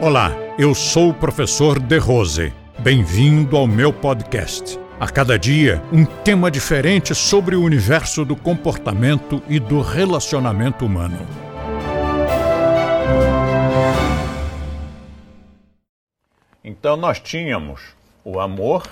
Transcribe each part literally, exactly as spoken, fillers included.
Olá, eu sou o professor De Rose. Bem-vindo ao meu podcast. A cada dia, um tema diferente sobre o universo do comportamento e do relacionamento humano. Então nós tínhamos o amor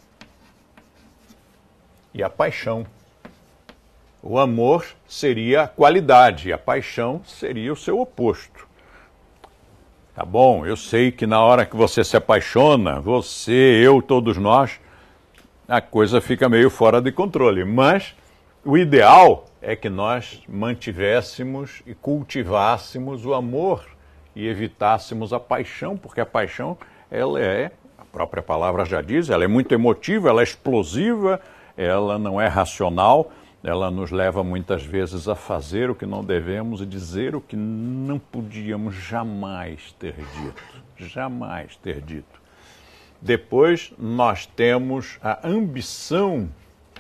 e a paixão. O amor seria a qualidade, a paixão seria o seu oposto. Tá bom, eu sei que na hora que você se apaixona, você, eu, todos nós, a coisa fica meio fora de controle. Mas o ideal é que nós mantivéssemos e cultivássemos o amor e evitássemos a paixão, porque a paixão, ela é, a própria palavra já diz, ela é muito emotiva, ela é explosiva, ela não é racional, ela nos leva muitas vezes a fazer o que não devemos e dizer o que não podíamos jamais ter dito, jamais ter dito. Depois nós temos a ambição.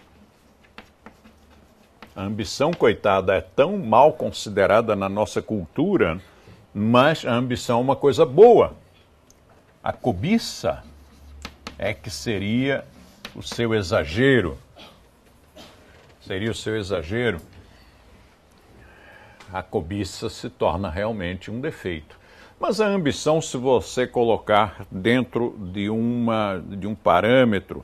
A ambição, coitada, é tão mal considerada na nossa cultura, mas a ambição é uma coisa boa. A cobiça é que seria o seu exagero. Seria o seu exagero. A cobiça se torna realmente um defeito. Mas a ambição, se você colocar dentro de, uma, de um parâmetro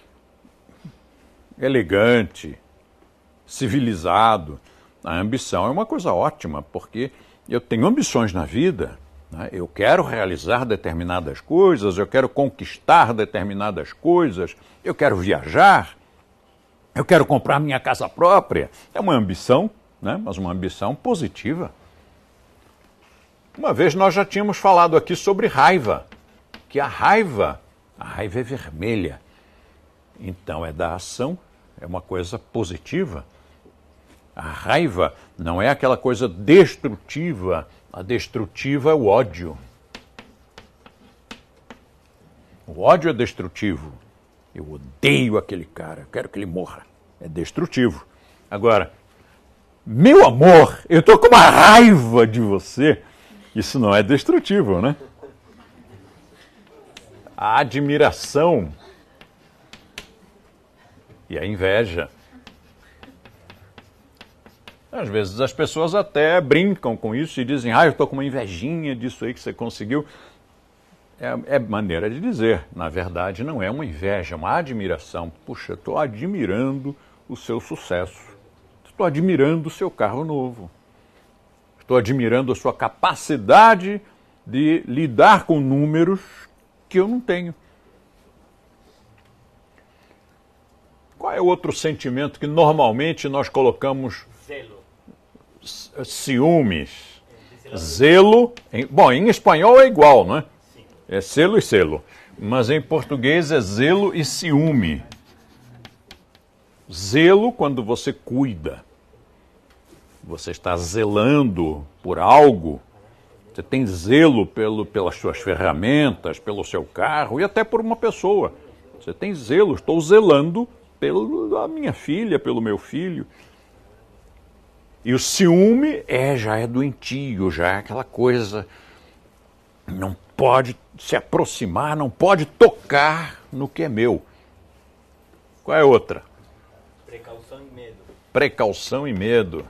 elegante, civilizado, a ambição é uma coisa ótima, porque eu tenho ambições na vida, né? Eu quero realizar determinadas coisas, eu quero conquistar determinadas coisas, eu quero viajar, eu quero comprar minha casa própria. É uma ambição, né? Mas uma ambição positiva. Uma vez nós já tínhamos falado aqui sobre raiva, que a raiva, a raiva é vermelha. Então é da ação, é uma coisa positiva. A raiva não é aquela coisa destrutiva, a destrutiva é o ódio. O ódio é destrutivo. Eu odeio aquele cara, eu quero que ele morra. É destrutivo. Agora, meu amor, eu estou com uma raiva de você. Isso não é destrutivo, né? A admiração e a inveja. Às vezes as pessoas até brincam com isso e dizem, ah, eu estou com uma invejinha disso aí que você conseguiu. É, é maneira de dizer. Na verdade, não é uma inveja, é uma admiração. Puxa, estou admirando o seu sucesso. Estou admirando o seu carro novo. Estou admirando a sua capacidade de lidar com números que eu não tenho. Qual é o outro sentimento que normalmente nós colocamos? Zelo. Ciúmes. Zelo. Em, bom, em espanhol é igual, não é? É selo e selo. Mas em português é zelo e ciúme. Zelo quando você cuida. Você está zelando por algo. Você tem zelo pelo, pelas suas ferramentas, pelo seu carro e até por uma pessoa. Você tem zelo. Estou zelando pela minha filha, pelo meu filho. E o ciúme é, já é doentio, já é aquela coisa... Não pode se aproximar, não pode tocar no que é meu. Qual é outra? Precaução e medo. Precaução e medo.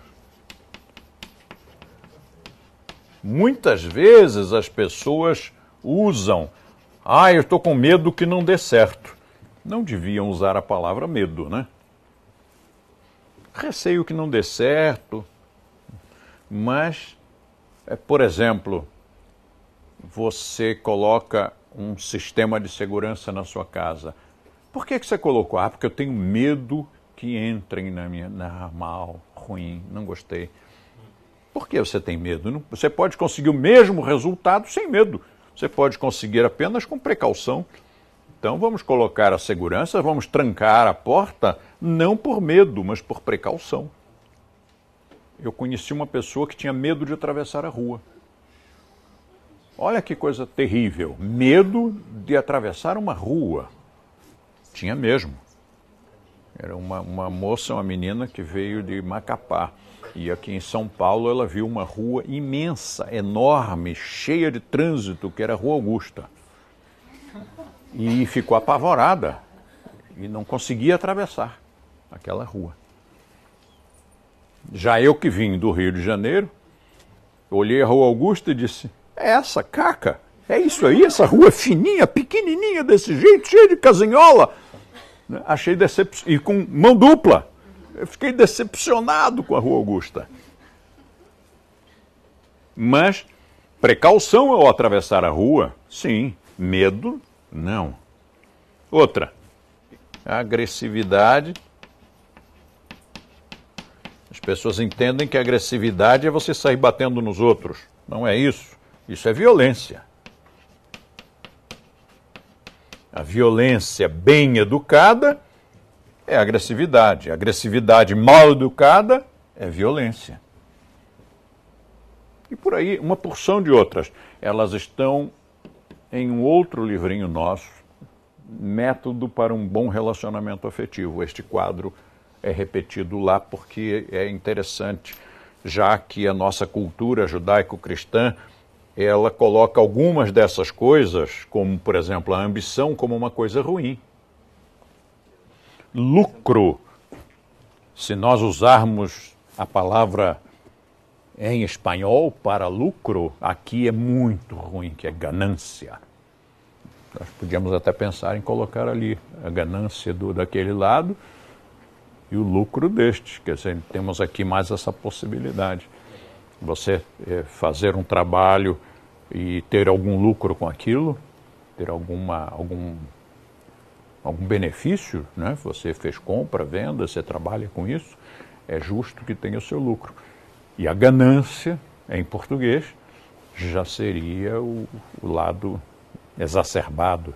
Muitas vezes as pessoas usam, ah, eu estou com medo que não dê certo. Não deviam usar a palavra medo, né? Receio que não dê certo, mas, por exemplo, você coloca um sistema de segurança na sua casa. Por que que você colocou? Ah, porque eu tenho medo que entrem na minha... Não, mal, ruim, não gostei. Por que você tem medo? Você pode conseguir o mesmo resultado sem medo. Você pode conseguir apenas com precaução. Então vamos colocar a segurança, vamos trancar a porta, não por medo, mas por precaução. Eu conheci uma pessoa que tinha medo de atravessar a rua. Olha que coisa terrível. Medo de atravessar uma rua. Tinha mesmo. Era uma, uma moça, uma menina que veio de Macapá. E aqui em São Paulo ela viu uma rua imensa, enorme, cheia de trânsito, que era a Rua Augusta. E ficou apavorada e não conseguia atravessar aquela rua. Já eu que vim do Rio de Janeiro, olhei a Rua Augusta e disse, é essa, caca, é isso aí, essa rua fininha, pequenininha desse jeito, cheia de casinhola. Achei decepcionado, e com mão dupla, eu fiquei decepcionado com a Rua Augusta. Mas precaução ao atravessar a rua, sim, medo, não. Outra, agressividade. As pessoas entendem que a agressividade é você sair batendo nos outros. Não é isso. Isso é violência. A violência bem educada é agressividade. A agressividade mal educada é violência. E por aí, uma porção de outras. Elas estão em um outro livrinho nosso, Método para um Bom Relacionamento Afetivo. Este quadro é repetido lá porque é interessante, já que a nossa cultura judaico-cristã, ela coloca algumas dessas coisas, como, por exemplo, a ambição, como uma coisa ruim. Lucro, se nós usarmos a palavra em espanhol para lucro, aqui é muito ruim, que é ganância. Nós podíamos até pensar em colocar ali a ganância do, daquele lado e o lucro deste. Quer dizer, temos aqui mais essa possibilidade. Você é, fazer um trabalho e ter algum lucro com aquilo, ter alguma, algum, algum benefício, né? Você fez compra, venda, você trabalha com isso, é justo que tenha o seu lucro. E a ganância, em português, já seria o, o lado exacerbado.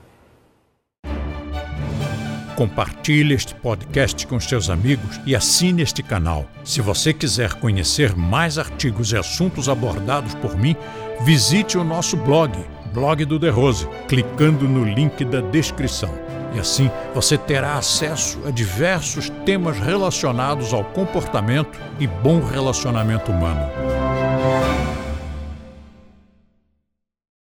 Compartilhe este podcast com seus amigos e assine este canal. Se você quiser conhecer mais artigos e assuntos abordados por mim, visite o nosso blog, Blog do De Rose, clicando no link da descrição. E assim você terá acesso a diversos temas relacionados ao comportamento e bom relacionamento humano.